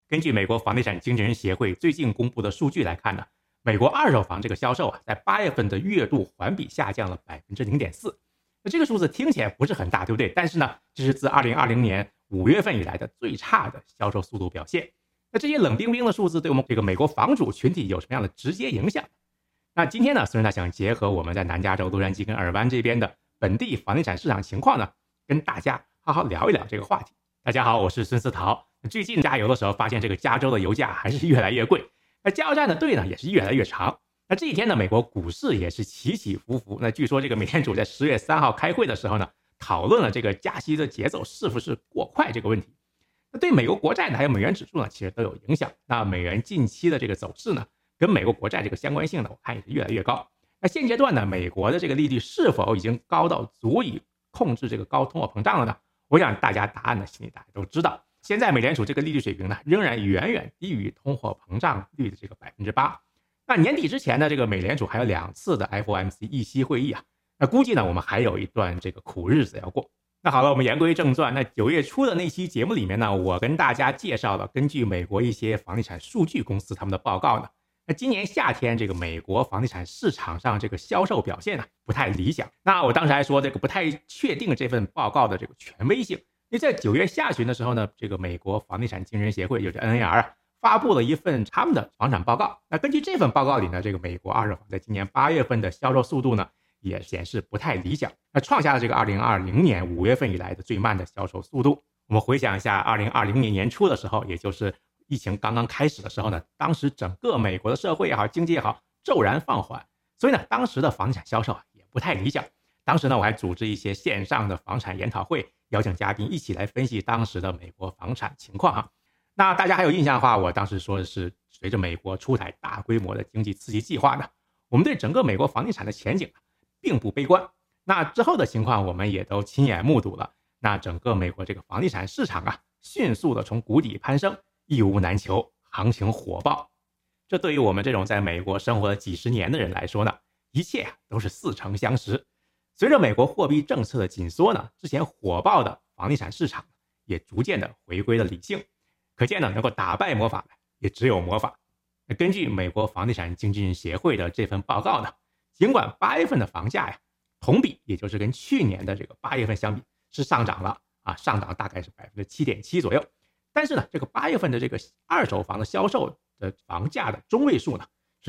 根据美国房地产经纪人协会最近公布的数据来看呢，美国二手房这个销售在8月份的月度环比下降了 0.4%。那这个数字听起来不是很大，对不对？但是呢，这是自2020年5月份以来的最差的销售速度表现。那这些冷冰冰的数字对我们这个美国房主群体有什么样的直接影响？那今天呢，孙人想结合我们在南加州洛杉矶跟尔湾这边的本地房地产市场情况呢，跟大家好好聊一聊这个话题。大家好，我是孙思陶。最近加油的时候发现这个加州的油价还是越来越贵，那加油站的队呢也是越来越长。那这一天呢，美国股市也是起起伏伏。那据说这个美联储在10月3号开会的时候呢，讨论了这个加息的节奏是不是过快这个问题。那对美国国债呢还有美元指数呢其实都有影响。那美元近期的这个走势呢跟美国国债这个相关性呢我看也是越来越高。那现阶段呢，美国的这个利率是否已经高到足以控制这个高通货膨胀了呢？我想大家答案呢心里大家都知道。现在美联储这个利率水平呢仍然远远低于通货膨胀率的这个 8%。 那年底之前呢，这个美联储还有2次的 FOMC 议息会议啊，那估计呢我们还有一段这个苦日子要过。那好了，我们言归正传。那9月初的那期节目里面呢，我跟大家介绍了根据美国一些房地产数据公司他们的报告呢，那今年夏天这个美国房地产市场上这个销售表现呢不太理想。那我当时还说这个不太确定这份报告的这个权威性。因为在9月下旬的时候呢，这个美国房地产经纪人协会就是 NAR 啊，发布了一份他们的房产报告。那根据这份报告里呢，这个美国二手房在今年8月份的销售速度呢也显示不太理想，那创下了这个2020年5月份以来的最慢的销售速度。我们回想一下2020年年初的时候，也就是疫情刚刚开始的时候呢，当时整个美国的社会也好，经济也好，骤然放缓，所以呢当时的房地产销售也不太理想。当时呢我还组织一些线上的房产研讨会，邀请嘉宾一起来分析当时的美国房产情况啊。那大家还有印象的话，我当时说的是随着美国出台大规模的经济刺激计划呢，我们对整个美国房地产的前景并不悲观。那之后的情况我们也都亲眼目睹了，那整个美国这个房地产市场啊迅速的从谷底攀升，一无难求，行情火爆。这对于我们这种在美国生活了几十年的人来说呢，一切都是似曾相识。随着美国货币政策的紧缩呢，之前火爆的房地产市场也逐渐的回归了理性。可见呢，能够打败魔法的也只有魔法。根据美国房地产经纪人协会的这份报告呢，尽管8月份的房价呀同比也就是跟去年的这个8月份相比是上涨了啊，上涨大概是 7.7% 左右，但是呢这个8月份的这个二手房的销售的房价的中位数呢是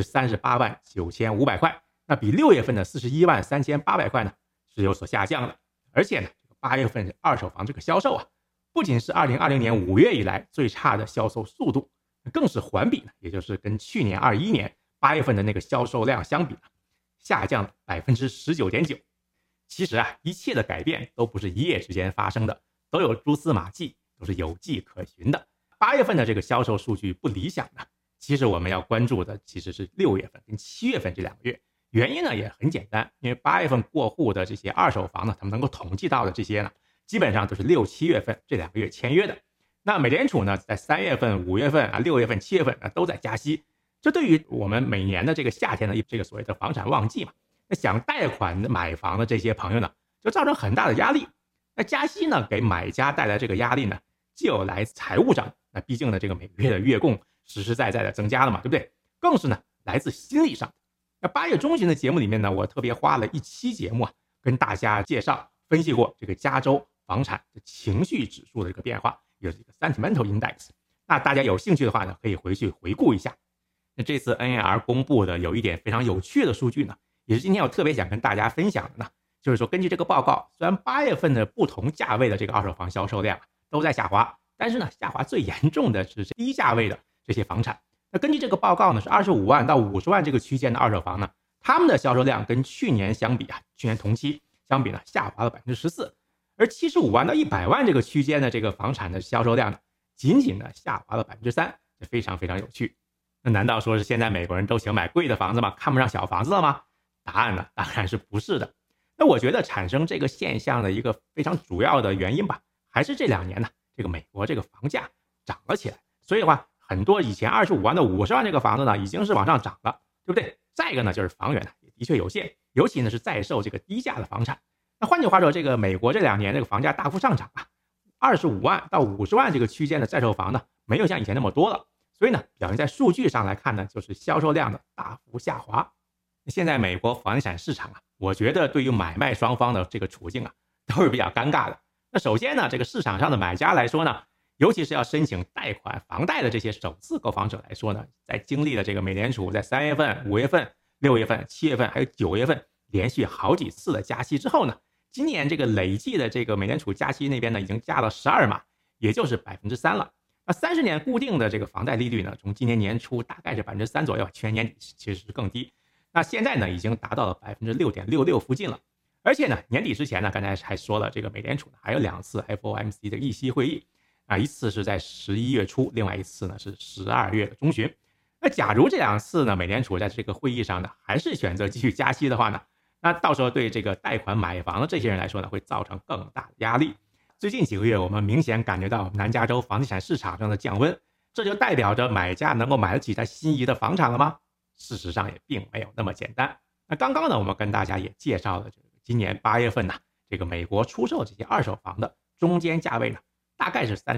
389500块，那比6月份的413800块呢是有所下降的。而且呢这个8月份二手房这个销售啊不仅是2020年5月以来最差的销售速度，更是环比呢，也就是跟去年21年8月份的那个销售量相比呢，下降了 19.9%。 其实啊，一切的改变都不是一夜之间发生的，都有蛛丝马迹，都是有迹可循的。8月份的这个销售数据不理想呢，其实我们要关注的其实是6月份跟7月份这2个月。原因呢也很简单，因为8月份过户的这些二手房呢，他们能够统计到的这些呢基本上都是6、7月份这2个月签约的。那美联储呢，在3月份、5月份啊、6月份、7月份都在加息，这对于我们每年的这个夏天的这个所谓的房产旺季嘛，那想贷款买房的这些朋友呢，就造成很大的压力。那加息呢，给买家带来这个压力呢，既有来自财务上，那毕竟呢，这个每个月的月供实实在在的增加了嘛，对不对？更是呢，来自心理上。那8月中旬的节目里面呢，我特别花了一期节目啊，跟大家介绍分析过这个加州房产的情绪指数的这个变化，也就是一个 sentimental index。 那大家有兴趣的话呢，可以回去回顾一下。那这次 NAR 公布的有一点非常有趣的数据呢，也是今天我特别想跟大家分享的呢，就是说根据这个报告，虽然8月份的不同价位的这个二手房销售量都在下滑，但是呢下滑最严重的是低价位的这些房产。那根据这个报告呢，是25万到50万这个区间的二手房呢，他们的销售量跟去年相比啊，去年同期相比呢下滑了 14%。而75万到100万这个区间的这个房产的销售量呢，仅仅呢下滑了 3%， 这非常非常有趣。那难道说是现在美国人都喜欢买贵的房子吗？看不上小房子了吗？答案呢当然是不是的。那我觉得产生这个现象的一个非常主要的原因吧，还是这2年呢，这个美国这个房价涨了起来。所以的话，很多以前25万到50万这个房子呢，已经是往上涨了，对不对？再一个呢，就是房源也的确有限，尤其呢是在售这个低价的房产。那换句话说，这个美国这2年这个房价大幅上涨啊，25万到50万这个区间的在售房呢， 没有像以前那么多了，所以呢，表现在数据上来看呢，就是销售量的大幅下滑。现在美国房地产市场啊，我觉得对于买卖双方的这个处境啊，都是比较尴尬的。那首先呢，这个市场上的买家来说呢，尤其是要申请贷款房贷的这些首次购房者来说呢，在经历了这个美联储在3月份、5月份、6月份、7月份还有9月份连续好几次的加息之后呢，今年这个累计的这个美联储加息那边呢，已经加了12码，也就是3%了。那30年固定的这个房贷利率呢，从今年年初大概是3%左右，去年年底其实是更低。那现在呢，已经达到了6.66%附近了。而且呢，年底之前呢，刚才还说了，这个美联储呢还有2次 FOMC 的议息会议啊，一次是在11月初，另外一次呢是12月的中旬。那假如这2次呢，美联储在这个会议上呢，还是选择继续加息的话呢，那到时候对这个贷款买房的这些人来说呢，会造成更大的压力。最近几个月，我们明显感觉到南加州房地产市场上的降温，这就代表着买家能够买得起他心仪的房产了吗？事实上也并没有那么简单。那刚刚呢，我们跟大家也介绍了今年8月份呢，这个美国出售这些二手房的中间价位呢，大概是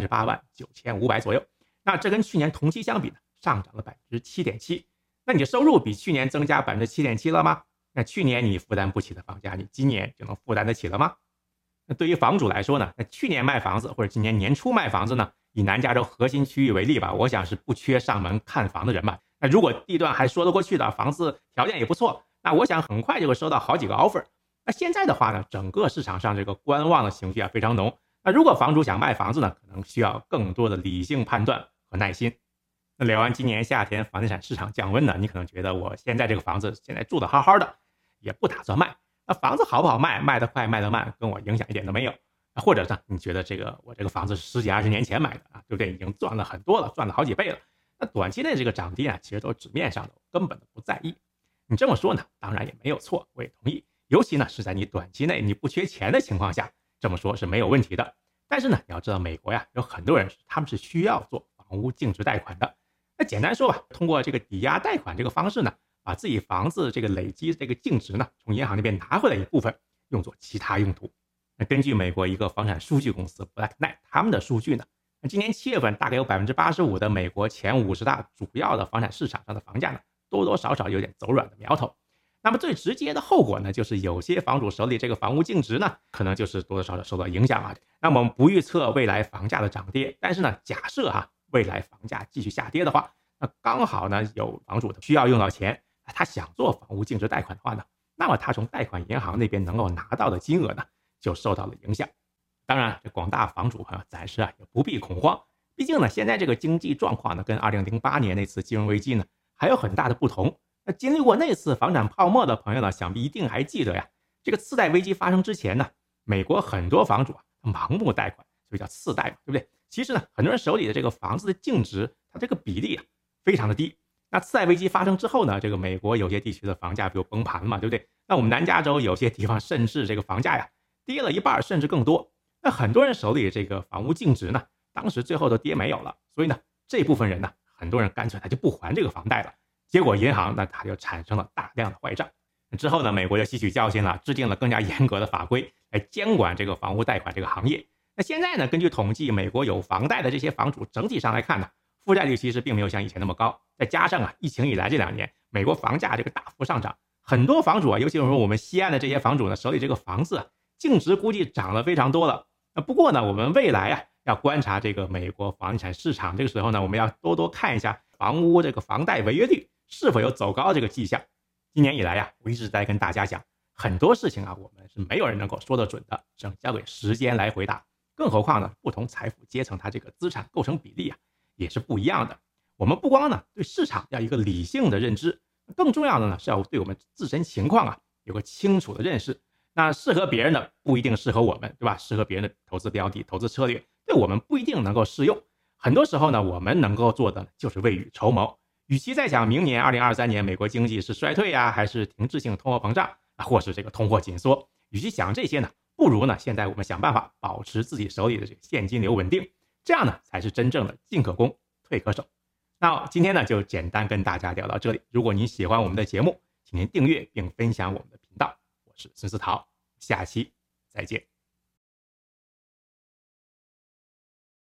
389500左右。那这跟去年同期相比呢，上涨了7.7%。那你的收入比去年增加7.7%了吗？那去年你负担不起的房价，你今年就能负担得起了吗？那对于房主来说呢，那去年卖房子或者今年年初卖房子呢，以南加州核心区域为例吧，我想是不缺上门看房的人吧。那如果地段还说得过去的，房子条件也不错，那我想很快就会收到好几个 offer。那现在的话呢，整个市场上这个观望的情绪非常浓。那如果房主想卖房子呢，可能需要更多的理性判断和耐心。那聊完今年夏天房地产市场降温呢，你可能觉得我现在这个房子现在住得好好的，也不打算卖。那房子好不好卖，卖得快卖得慢，跟我影响一点都没有。或者呢，你觉得我这个房子是10几20年前买的啊，对不对？已经赚了很多了，赚了好几倍了。那短期内这个涨跌啊，其实都是纸面上的，根本不在意。你这么说呢，当然也没有错，我也同意。尤其呢是在你短期内你不缺钱的情况下，这么说是没有问题的。但是呢，你要知道美国呀，有很多人他们是需要做房屋净值贷款的。那简单说吧，通过这个抵押贷款这个方式呢，把自己房子这个累积这个净值呢，从银行那边拿回来一部分，用作其他用途。那根据美国一个房产数据公司 Black Knight 他们的数据呢，那今年7月份大概有85%的美国前50大主要的房产市场上的房价呢，多多少少有点走软的苗头。那么最直接的后果呢，就是有些房主手里这个房屋净值呢，可能就是多多少少受到影响啊。那么我们不预测未来房价的涨跌，但是呢，假设未来房价继续下跌的话，那刚好呢有房主需要用到钱，他想做房屋净值贷款的话呢，那么他从贷款银行那边能够拿到的金额呢，就受到了影响。当然，这广大房主朋友暂时也不必恐慌，毕竟呢，现在这个经济状况呢，跟2008年那次金融危机呢还有很大的不同。那经历过那次房产泡沫的朋友呢，想必一定还记得呀。这个次贷危机发生之前呢，美国很多房主盲目贷款，所以叫次贷嘛，对不对？其实呢，很多人手里的这个房子的净值，它这个比例非常的低。那次贷危机发生之后呢，这个美国有些地区的房价比如崩盘嘛，对不对？那我们南加州有些地方甚至这个房价跌了一半甚至更多。那很多人手里这个房屋净值呢，当时最后都跌没有了，所以呢，这部分人呢，很多人干脆他就不还这个房贷了。结果银行呢，它就产生了大量的坏账。之后呢，美国就吸取教训了，制定了更加严格的法规来监管这个房屋贷款这个行业。那现在呢，根据统计，美国有房贷的这些房主整体上来看呢，负债率其实并没有像以前那么高。再加上疫情以来这2年，美国房价这个大幅上涨，很多房主尤其是说我们西岸的这些房主呢，手里这个房子净值估计涨了非常多了。不过呢，我们未来要观察这个美国房地产市场，这个时候呢，我们要多多看一下房屋这个房贷违约率是否有走高这个迹象。今年以来我一直在跟大家讲，很多事情我们是没有人能够说得准的，只能交给时间来回答。更何况呢，不同财富阶层它这个资产构成比例也是不一样的。我们不光呢对市场要一个理性的认知，更重要的呢是要对我们自身情况有个清楚的认识。那适合别人的不一定适合我们，对吧？适合别人的投资标的、投资策略，对我们不一定能够适用。很多时候呢，我们能够做的就是未雨绸缪。与其在想明年2023年美国经济是衰退还是停滞性通货膨胀，或是这个通货紧缩，与其想这些呢，不如呢现在我们想办法保持自己手里的这个现金流稳定，这样呢才是真正的进可攻，退可守。那今天呢就简单跟大家聊到这里。如果您喜欢我们的节目，请您订阅并分享我们的频道。我是孙思桃，下期再见。